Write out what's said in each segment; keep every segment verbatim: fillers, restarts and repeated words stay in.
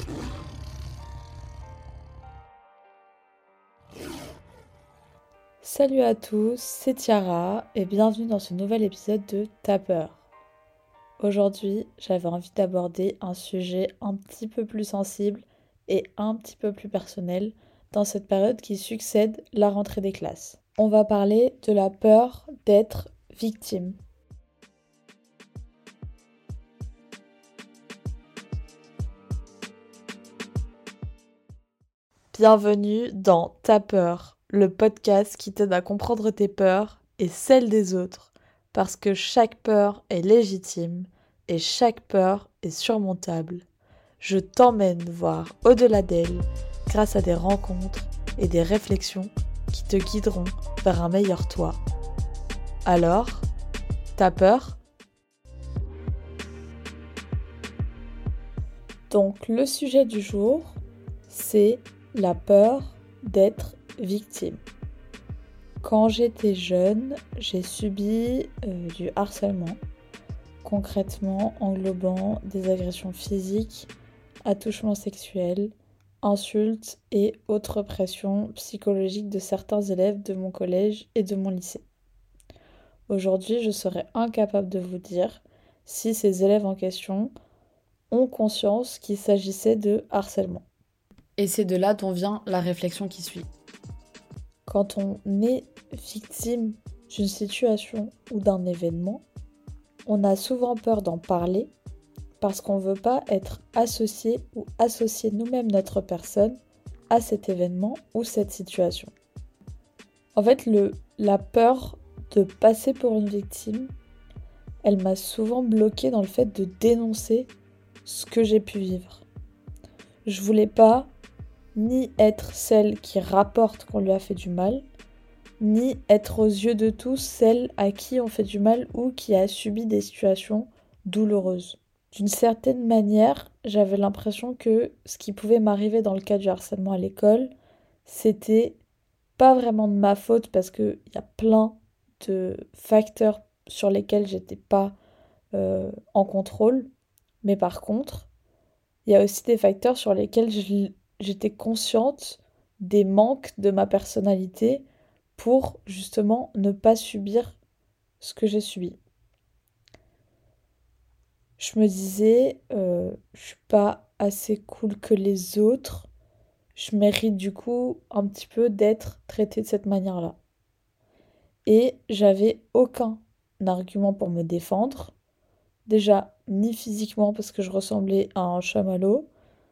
Salut à tous, c'est Tiara et bienvenue dans ce nouvel épisode de T'as peur. Aujourd'hui, j'avais envie d'aborder un sujet un petit peu plus sensible et un petit peu plus personnel dans cette période qui succède la rentrée des classes. On va parler de la peur d'être victime. Bienvenue dans T'as peur, le podcast qui t'aide à comprendre tes peurs et celles des autres, parce que chaque peur est légitime et chaque peur est surmontable. Je t'emmène voir au-delà d'elle grâce à des rencontres et des réflexions qui te guideront vers un meilleur toi. Alors, t'as peur ? Donc le sujet du jour, c'est la peur d'être victime. Quand j'étais jeune, j'ai subi euh, du harcèlement, concrètement englobant des agressions physiques, attouchements sexuels, insultes et autres pressions psychologiques de certains élèves de mon collège et de mon lycée. Aujourd'hui, je serais incapable de vous dire si ces élèves en question ont conscience qu'il s'agissait de harcèlement. Et c'est de là dont vient la réflexion qui suit. Quand on est victime d'une situation ou d'un événement, on a souvent peur d'en parler parce qu'on ne veut pas être associé ou associer nous-mêmes notre personne à cet événement ou cette situation. En fait, le, la peur de passer pour une victime, elle m'a souvent bloquée dans le fait de dénoncer ce que j'ai pu vivre. Je voulais pas ni être celle qui rapporte qu'on lui a fait du mal, ni être aux yeux de tous celle à qui on fait du mal ou qui a subi des situations douloureuses. D'une certaine manière, j'avais l'impression que ce qui pouvait m'arriver dans le cas du harcèlement à l'école, c'était pas vraiment de ma faute parce qu'il y a plein de facteurs sur lesquels j'étais pas euh, en contrôle, mais par contre, il y a aussi des facteurs sur lesquels je, j'étais consciente des manques de ma personnalité pour justement ne pas subir ce que j'ai subi. Je me disais, euh, je suis pas assez cool que les autres, je mérite du coup un petit peu d'être traitée de cette manière-là. Et j'avais aucun argument pour me défendre. Déjà, ni physiquement parce que je ressemblais à un chamallow,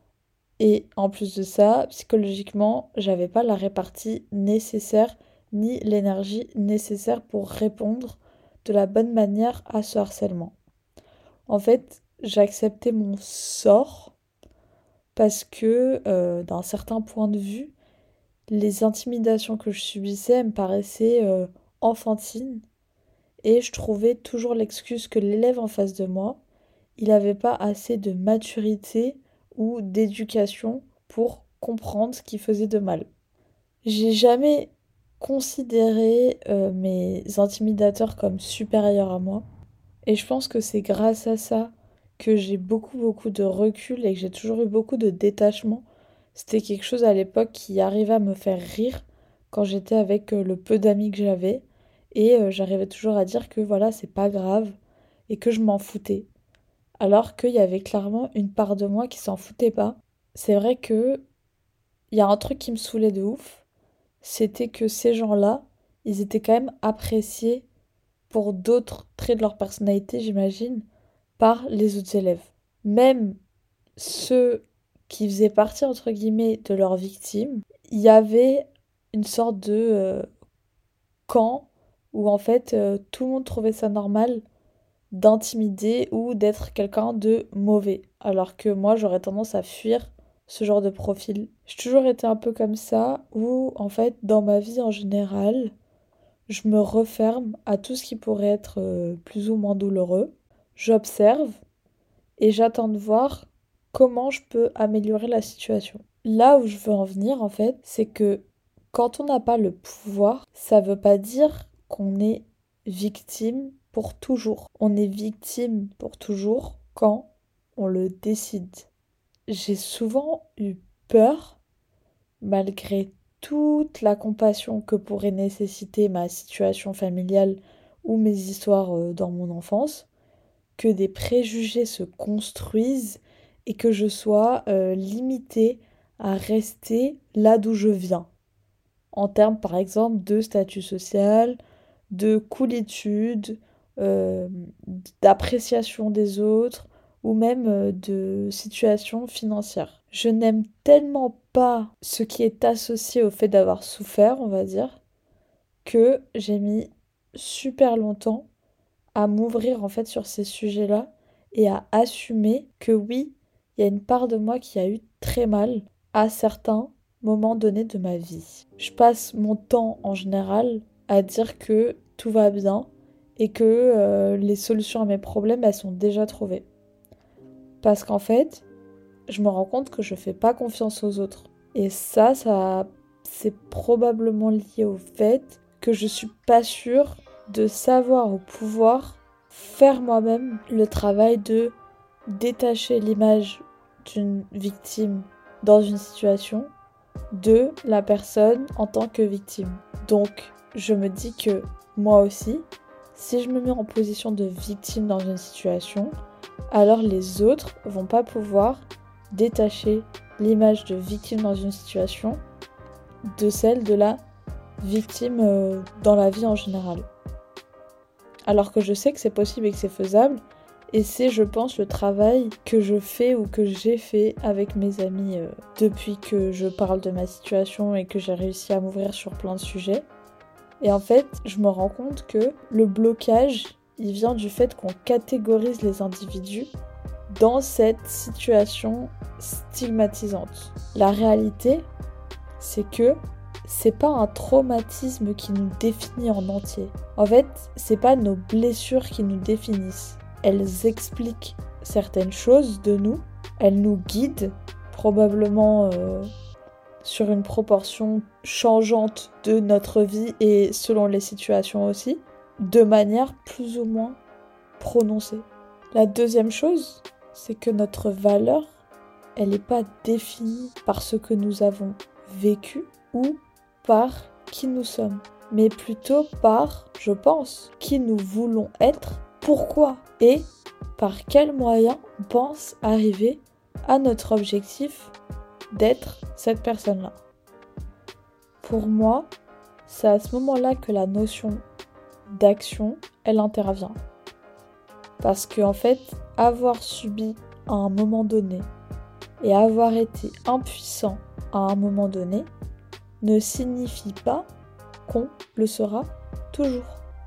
et en plus de ça, psychologiquement, j'avais pas la répartie nécessaire ni l'énergie nécessaire pour répondre de la bonne manière à ce harcèlement. En fait, j'acceptais mon sort parce que, euh, d'un certain point de vue, les intimidations que je subissais me paraissaient euh, enfantines et je trouvais toujours l'excuse que l'élève en face de moi, il n'avait pas assez de maturité ou d'éducation pour comprendre ce qui faisait de mal. J'ai jamais considéré euh, mes intimidateurs comme supérieurs à moi. Et je pense que c'est grâce à ça que j'ai beaucoup beaucoup de recul et que j'ai toujours eu beaucoup de détachement. C'était quelque chose à l'époque qui arrivait à me faire rire quand j'étais avec euh, le peu d'amis que j'avais. Et euh, j'arrivais toujours à dire que voilà, c'est pas grave et que je m'en foutais. Alors qu'il y avait clairement une part de moi qui s'en foutait pas. C'est vrai que il y a un truc qui me saoulait de ouf, c'était que ces gens-là, ils étaient quand même appréciés pour d'autres traits de leur personnalité, j'imagine, par les autres élèves. Même ceux qui faisaient partie, entre guillemets, de leurs victimes, il y avait une sorte de euh, camp où en fait euh, tout le monde trouvait ça normal d'intimider ou d'être quelqu'un de mauvais. Alors que moi, j'aurais tendance à fuir ce genre de profil. J'ai toujours été un peu comme ça, où en fait, dans ma vie en général, je me referme à tout ce qui pourrait être euh, plus ou moins douloureux. J'observe et j'attends de voir comment je peux améliorer la situation. Là où je veux en venir, en fait, c'est que quand on n'a pas le pouvoir, ça veut pas dire qu'on est victime pour toujours. On est victime pour toujours quand on le décide. j'ai souvent eu peur, malgré toute la compassion que pourrait nécessiter ma situation familiale ou mes histoires euh, dans mon enfance, que des préjugés se construisent et que je sois euh, limitée à rester là d'où je viens. En termes, par exemple, de statut social, de coolitude, euh, d'appréciation des autres ou même euh, de situation financière. Je n'aime tellement pas ce qui est associé au fait d'avoir souffert, on va dire, que j'ai mis super longtemps à m'ouvrir en fait sur ces sujets-là et à assumer que oui, il y a une part de moi qui a eu très mal à certains moments donnés de ma vie. Je passe mon temps en général à dire que tout va bien et que euh, les solutions à mes problèmes, elles sont déjà trouvées. Parce qu'en fait, je me rends compte que je fais pas confiance aux autres. Et ça, ça c'est probablement lié au fait que je suis pas sûre de savoir ou pouvoir faire moi-même le travail de détacher l'image d'une victime dans une situation de la personne en tant que victime. Donc, je me dis que moi aussi, si je me mets en position de victime dans une situation, alors les autres vont pas pouvoir détacher l'image de victime dans une situation de celle de la victime euh, dans la vie en général. Alors que je sais que c'est possible et que c'est faisable, et c'est, je pense, le travail que je fais ou que j'ai fait avec mes amis euh, depuis que je parle de ma situation et que j'ai réussi à m'ouvrir sur plein de sujets. Et en fait, je me rends compte que le blocage, il vient du fait qu'on catégorise les individus dans cette situation stigmatisante. La réalité, c'est que c'est pas un traumatisme qui nous définit en entier. En fait, c'est pas nos blessures qui nous définissent. Elles expliquent certaines choses de nous, elles nous guident probablement euh, sur une proportion changeante de notre vie et selon les situations aussi, de manière plus ou moins prononcée. La deuxième chose, c'est que notre valeur, elle n'est pas définie par ce que nous avons vécu ou par qui nous sommes, mais plutôt par, je pense, qui nous voulons être, pourquoi et par quels moyens on pense arriver à notre objectif d'être cette personne-là. Pour moi, c'est à ce moment-là que la notion d'action, elle intervient. Parce que en fait, avoir subi à un moment donné et avoir été impuissant à un moment donné ne signifie pas qu'on le sera toujours.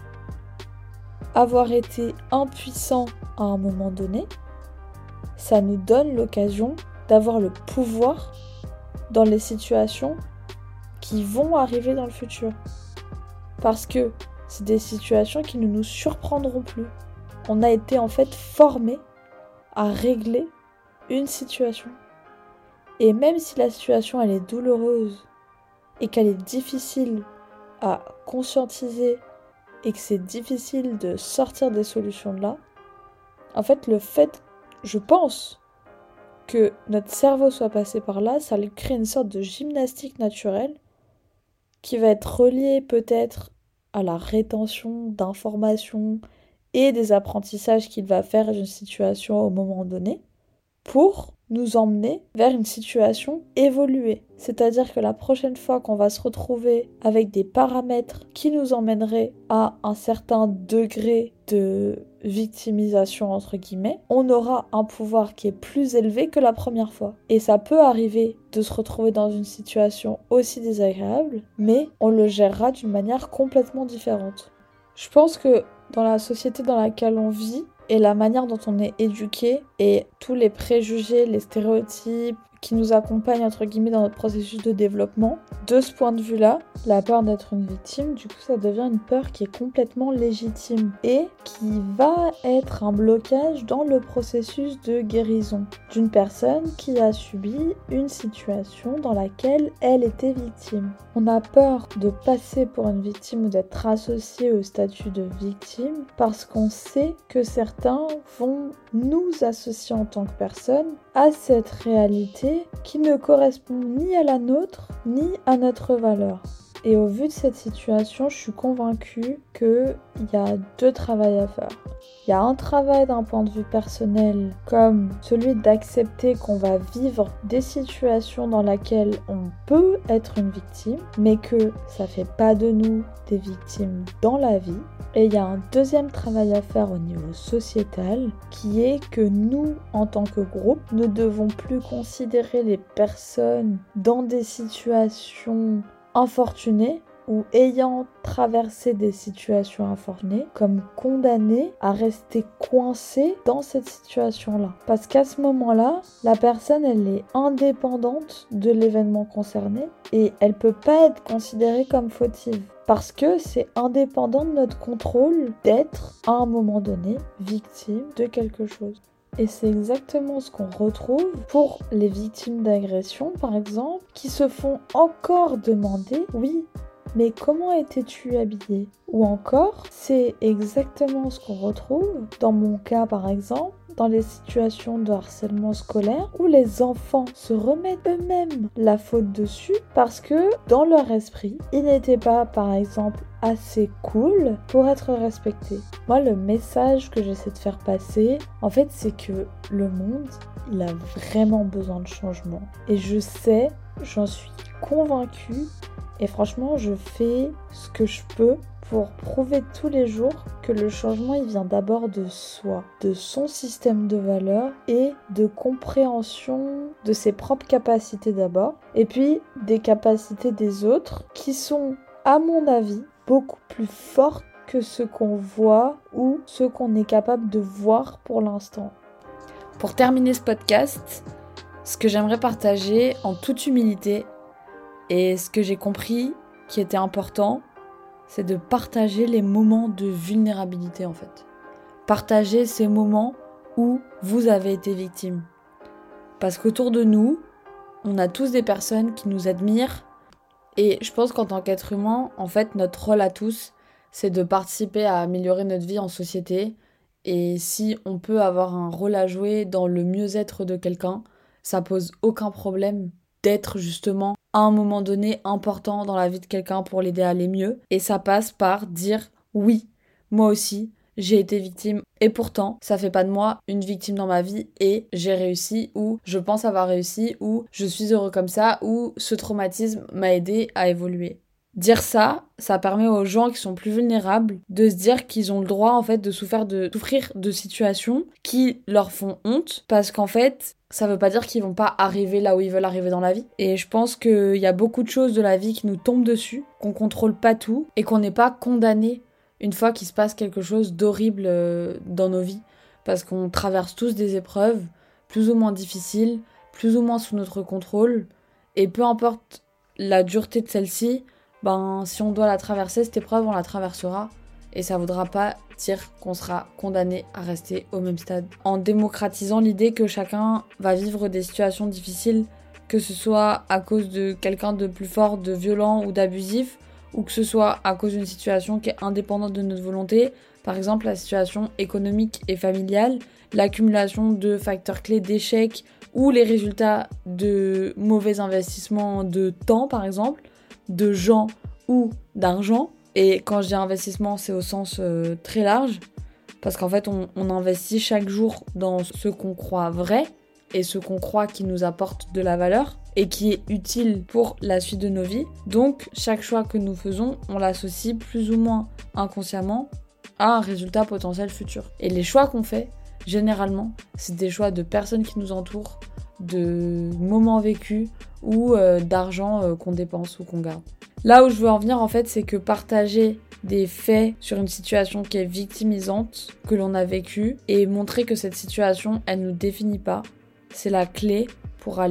Avoir été impuissant à un moment donné, ça nous donne l'occasion d'avoir le pouvoir dans les situations qui vont arriver dans le futur. Parce que c'est des situations qui ne nous surprendront plus. On a été en fait formé à régler une situation. Et même si la situation elle est douloureuse et qu'elle est difficile à conscientiser et que c'est difficile de sortir des solutions de là, en fait le fait, je pense, que notre cerveau soit passé par là, ça lui crée une sorte de gymnastique naturelle qui va être reliée peut-être à la rétention d'informations et des apprentissages qu'il va faire d'une situation au moment donné pour nous emmener vers une situation évoluée. C'est-à-dire que la prochaine fois qu'on va se retrouver avec des paramètres qui nous emmèneraient à un certain degré de victimisation entre guillemets, on aura un pouvoir qui est plus élevé que la première fois. Et ça peut arriver de se retrouver dans une situation aussi désagréable, mais on le gérera d'une manière complètement différente. Je pense que dans la société dans laquelle on vit, et la manière dont on est éduqué et tous les préjugés, les stéréotypes qui nous accompagne entre guillemets dans notre processus de développement. De ce point de vue-là, la peur d'être une victime, du coup ça devient une peur qui est complètement légitime et qui va être un blocage dans le processus de guérison d'une personne qui a subi une situation dans laquelle elle était victime. On a peur de passer pour une victime ou d'être associé au statut de victime parce qu'on sait que certains vont nous associer en tant que personne à cette réalité qui ne correspond ni à la nôtre ni à notre valeur. Et au vu de cette situation, je suis convaincue qu'il y a deux travails à faire. Il y a un travail d'un point de vue personnel comme celui d'accepter qu'on va vivre des situations dans lesquelles on peut être une victime, mais que ça fait pas de nous des victimes dans la vie. Et il y a un deuxième travail à faire au niveau sociétal qui est que nous, en tant que groupe, ne devons plus considérer les personnes dans des situations infortunés ou ayant traversé des situations infortunées comme condamnés à rester coincés dans cette situation-là. Parce qu'à ce moment-là, la personne, elle est indépendante de l'événement concerné et elle peut pas être considérée comme fautive. Parce que c'est indépendant de notre contrôle d'être, à un moment donné, victime de quelque chose. Et c'est exactement ce qu'on retrouve pour les victimes d'agression, par exemple, qui se font encore demander « Oui, mais comment étais-tu habillée ?» Ou encore, c'est exactement ce qu'on retrouve, dans mon cas par exemple, dans les situations de harcèlement scolaire où les enfants se remettent eux-mêmes la faute dessus parce que dans leur esprit, ils n'étaient pas par exemple assez cool pour être respectés. Moi, le message que j'essaie de faire passer, en fait, c'est que le monde, il a vraiment besoin de changement. Et je sais, j'en suis convaincue, et franchement, je fais ce que je peux pour prouver tous les jours que le changement, il vient d'abord de soi, de son système de valeurs et de compréhension de ses propres capacités d'abord, et puis des capacités des autres qui sont, à mon avis, beaucoup plus fortes que ce qu'on voit ou ce qu'on est capable de voir pour l'instant. Pour terminer ce podcast, ce que j'aimerais partager en toute humilité et ce que j'ai compris qui était important, c'est de partager les moments de vulnérabilité en fait. Partager ces moments où vous avez été victime. Parce qu'autour de nous, on a tous des personnes qui nous admirent. Et je pense qu'en tant qu'être humain, en fait, notre rôle à tous, c'est de participer à améliorer notre vie en société. Et si on peut avoir un rôle à jouer dans le mieux-être de quelqu'un, ça pose aucun problème d'être justement à un moment donné important dans la vie de quelqu'un pour l'aider à aller mieux. Et ça passe par dire oui, moi aussi, j'ai été victime et pourtant, ça fait pas de moi une victime dans ma vie et j'ai réussi ou je pense avoir réussi ou je suis heureux comme ça ou ce traumatisme m'a aidé à évoluer. Dire ça, ça permet aux gens qui sont plus vulnérables de se dire qu'ils ont le droit en fait de souffrir de, souffrir de situations qui leur font honte parce qu'en fait, ça veut pas dire qu'ils vont pas arriver là où ils veulent arriver dans la vie. Et je pense qu'il y a beaucoup de choses de la vie qui nous tombent dessus, qu'on contrôle pas tout et qu'on n'est pas condamné une fois qu'il se passe quelque chose d'horrible dans nos vies. Parce qu'on traverse tous des épreuves plus ou moins difficiles, plus ou moins sous notre contrôle. Et peu importe la dureté de celle-ci, ben, si on doit la traverser, cette épreuve, on la traversera. Et ça ne voudra pas dire qu'on sera condamné à rester au même stade. En démocratisant l'idée que chacun va vivre des situations difficiles, que ce soit à cause de quelqu'un de plus fort, de violent ou d'abusif, ou que ce soit à cause d'une situation qui est indépendante de notre volonté, par exemple la situation économique et familiale, l'accumulation de facteurs clés d'échecs ou les résultats de mauvais investissements de temps, par exemple, de gens ou d'argent. Et quand je dis investissement, c'est au sens euh, très large, parce qu'en fait, on, on investit chaque jour dans ce qu'on croit vrai et ce qu'on croit qui nous apporte de la valeur et qui est utile pour la suite de nos vies. Donc, chaque choix que nous faisons, on l'associe plus ou moins inconsciemment à un résultat potentiel futur. Et les choix qu'on fait, généralement, c'est des choix de personnes qui nous entourent, de moments vécus ou euh, d'argent euh, qu'on dépense ou qu'on garde. Là où je veux en venir, en fait, c'est que partager des faits sur une situation qui est victimisante, que l'on a vécue, et montrer que cette situation, elle ne nous définit pas, c'est la clé pour aller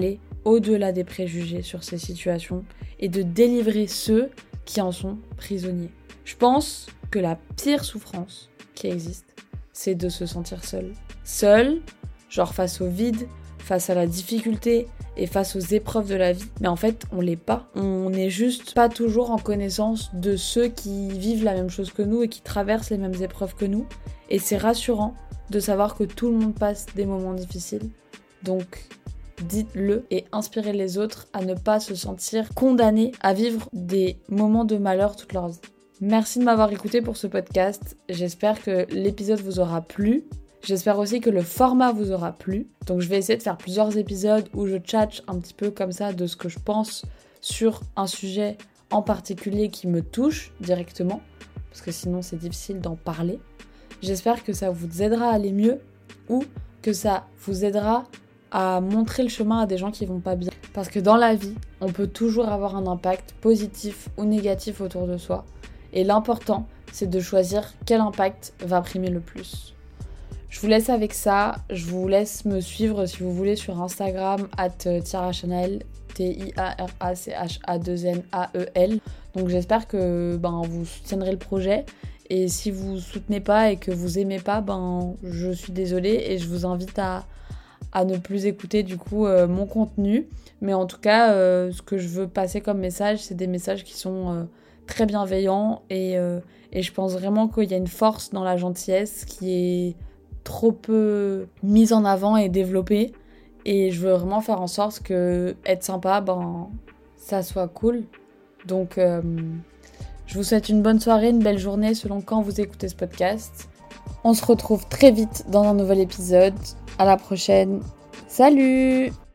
au-delà des préjugés sur ces situations et de délivrer ceux qui en sont prisonniers. Je pense que la pire souffrance qui existe, c'est de se sentir seul. Seul, genre face au vide, face à la difficulté et face aux épreuves de la vie. Mais en fait, on l'est pas. On n'est juste pas toujours en connaissance de ceux qui vivent la même chose que nous et qui traversent les mêmes épreuves que nous. Et c'est rassurant de savoir que tout le monde passe des moments difficiles. Donc, dites-le et inspirez les autres à ne pas se sentir condamnés à vivre des moments de malheur toute leur vie. Merci de m'avoir écouté pour ce podcast. J'espère que l'épisode vous aura plu. J'espère aussi que le format vous aura plu. Donc je vais essayer de faire plusieurs épisodes où je tchatche un petit peu comme ça de ce que je pense sur un sujet en particulier qui me touche directement. Parce que sinon c'est difficile d'en parler. J'espère que ça vous aidera à aller mieux ou que ça vous aidera à montrer le chemin à des gens qui vont pas bien. Parce que dans la vie, on peut toujours avoir un impact positif ou négatif autour de soi. Et l'important, c'est de choisir quel impact va primer le plus. Je vous laisse avec ça. Je vous laisse me suivre si vous voulez sur Instagram, arobase tiarachanael, T I A R A C H A deux N A E L. Donc j'espère que ben, vous soutiendrez le projet. Et si vous ne soutenez pas et que vous aimez pas, ben, je suis désolée et je vous invite à, à ne plus écouter du coup euh, mon contenu. Mais en tout cas, euh, ce que je veux passer comme message, c'est des messages qui sont euh, très bienveillants. Et, euh, et je pense vraiment qu'il y a une force dans la gentillesse qui est trop peu mise en avant et développée. Et je veux vraiment faire en sorte que être sympa, ben, ça soit cool. Donc... Euh, Je vous souhaite une bonne soirée, une belle journée selon quand vous écoutez ce podcast. On se retrouve très vite dans un nouvel épisode. À la prochaine. Salut!